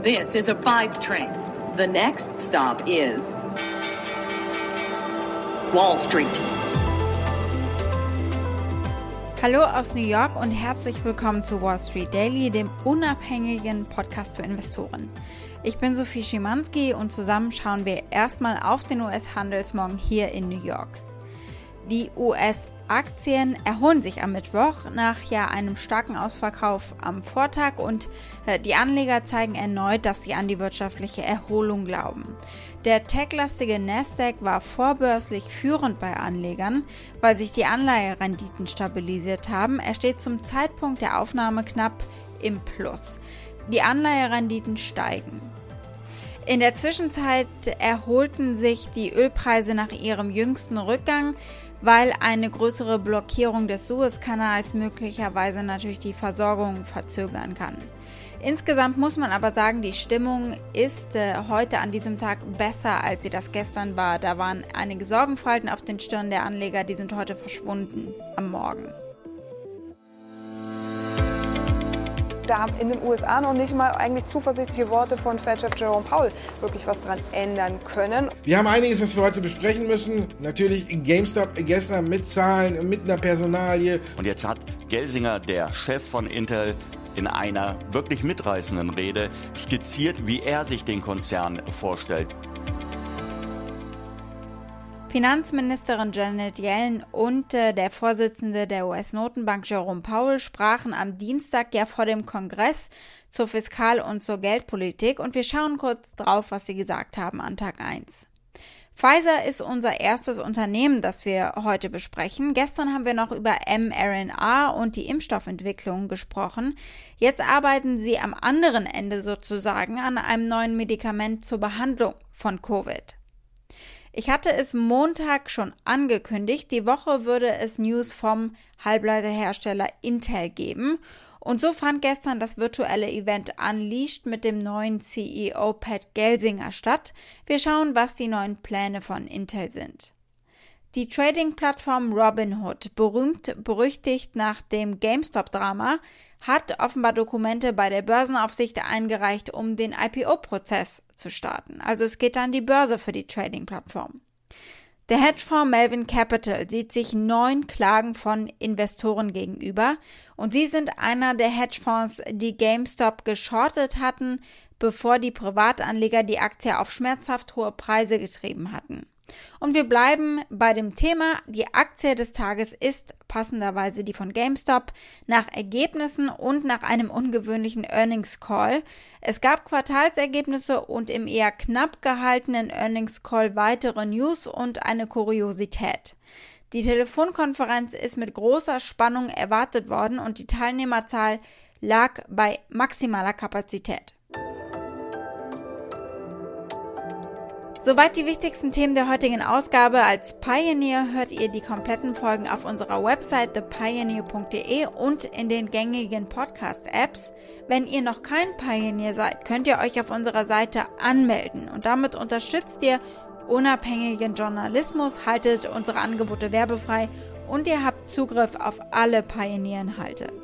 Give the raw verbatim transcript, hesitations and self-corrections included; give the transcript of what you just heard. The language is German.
This is a five train. The next stop is Wall Street. Hallo aus New York und herzlich willkommen zu Wall Street Daily, dem unabhängigen Podcast für Investoren. Ich bin Sophie Schimanski und zusammen schauen wir erstmal auf den U S-Handelsmorgen hier in New York. Die U S-Aktien erholen sich am Mittwoch nach ja einem starken Ausverkauf am Vortag und äh, die Anleger zeigen erneut, dass sie an die wirtschaftliche Erholung glauben. Der tech-lastige Nasdaq war vorbörslich führend bei Anlegern, weil sich die Anleiherenditen stabilisiert haben. Er steht zum Zeitpunkt der Aufnahme knapp im Plus. Die Anleiherenditen steigen. In der Zwischenzeit erholten sich die Ölpreise nach ihrem jüngsten Rückgang, weil eine größere Blockierung des Suezkanals möglicherweise natürlich die Versorgung verzögern kann. Insgesamt muss man aber sagen, die Stimmung ist äh, heute an diesem Tag besser, als sie das gestern war. Da waren einige Sorgenfalten auf den Stirnen der Anleger, die sind heute verschwunden am Morgen. Da haben in den U S A noch nicht mal eigentlich zuversichtliche Worte von Fed-Chef Jerome Powell wirklich was dran ändern können. Wir haben einiges, was wir heute besprechen müssen. Natürlich GameStop gestern mit Zahlen, mit einer Personalie. Und jetzt hat Gelsinger, der Chef von Intel, in einer wirklich mitreißenden Rede skizziert, wie er sich den Konzern vorstellt. Finanzministerin Janet Yellen und äh, der Vorsitzende der U S-Notenbank Jerome Powell sprachen am Dienstag ja vor dem Kongress zur Fiskal- und zur Geldpolitik und wir schauen kurz drauf, was sie gesagt haben an Tag eins. Pfizer ist unser erstes Unternehmen, das wir heute besprechen. Gestern haben wir noch über mRNA und die Impfstoffentwicklung gesprochen. Jetzt arbeiten sie am anderen Ende sozusagen an einem neuen Medikament zur Behandlung von Covid. Ich hatte es Montag schon angekündigt, die Woche würde es News vom Halbleiterhersteller Intel geben. Und so fand gestern das virtuelle Event Unleashed mit dem neuen C E O Pat Gelsinger statt. Wir schauen, was die neuen Pläne von Intel sind. Die Trading-Plattform Robinhood, berühmt berüchtigt nach dem GameStop-Drama, hat offenbar Dokumente bei der Börsenaufsicht eingereicht, um den I P O-Prozess zu starten. Also es geht an die Börse für die Trading-Plattform. Der Hedgefonds Melvin Capital sieht sich neun Klagen von Investoren gegenüber und sie sind einer der Hedgefonds, die GameStop geschortet hatten, bevor die Privatanleger die Aktie auf schmerzhaft hohe Preise getrieben hatten. Und wir bleiben bei dem Thema. Die Aktie des Tages ist passenderweise die von GameStop nach Ergebnissen und nach einem ungewöhnlichen Earnings Call. Es gab Quartalsergebnisse und im eher knapp gehaltenen Earnings Call weitere News und eine Kuriosität. Die Telefonkonferenz ist mit großer Spannung erwartet worden und die Teilnehmerzahl lag bei maximaler Kapazität. Soweit die wichtigsten Themen der heutigen Ausgabe. Als Pioneer hört ihr die kompletten Folgen auf unserer Website the pioneer punkt de und in den gängigen Podcast-Apps. Wenn ihr noch kein Pioneer seid, könnt ihr euch auf unserer Seite anmelden und damit unterstützt ihr unabhängigen Journalismus, haltet unsere Angebote werbefrei und ihr habt Zugriff auf alle Pioneer-Inhalte.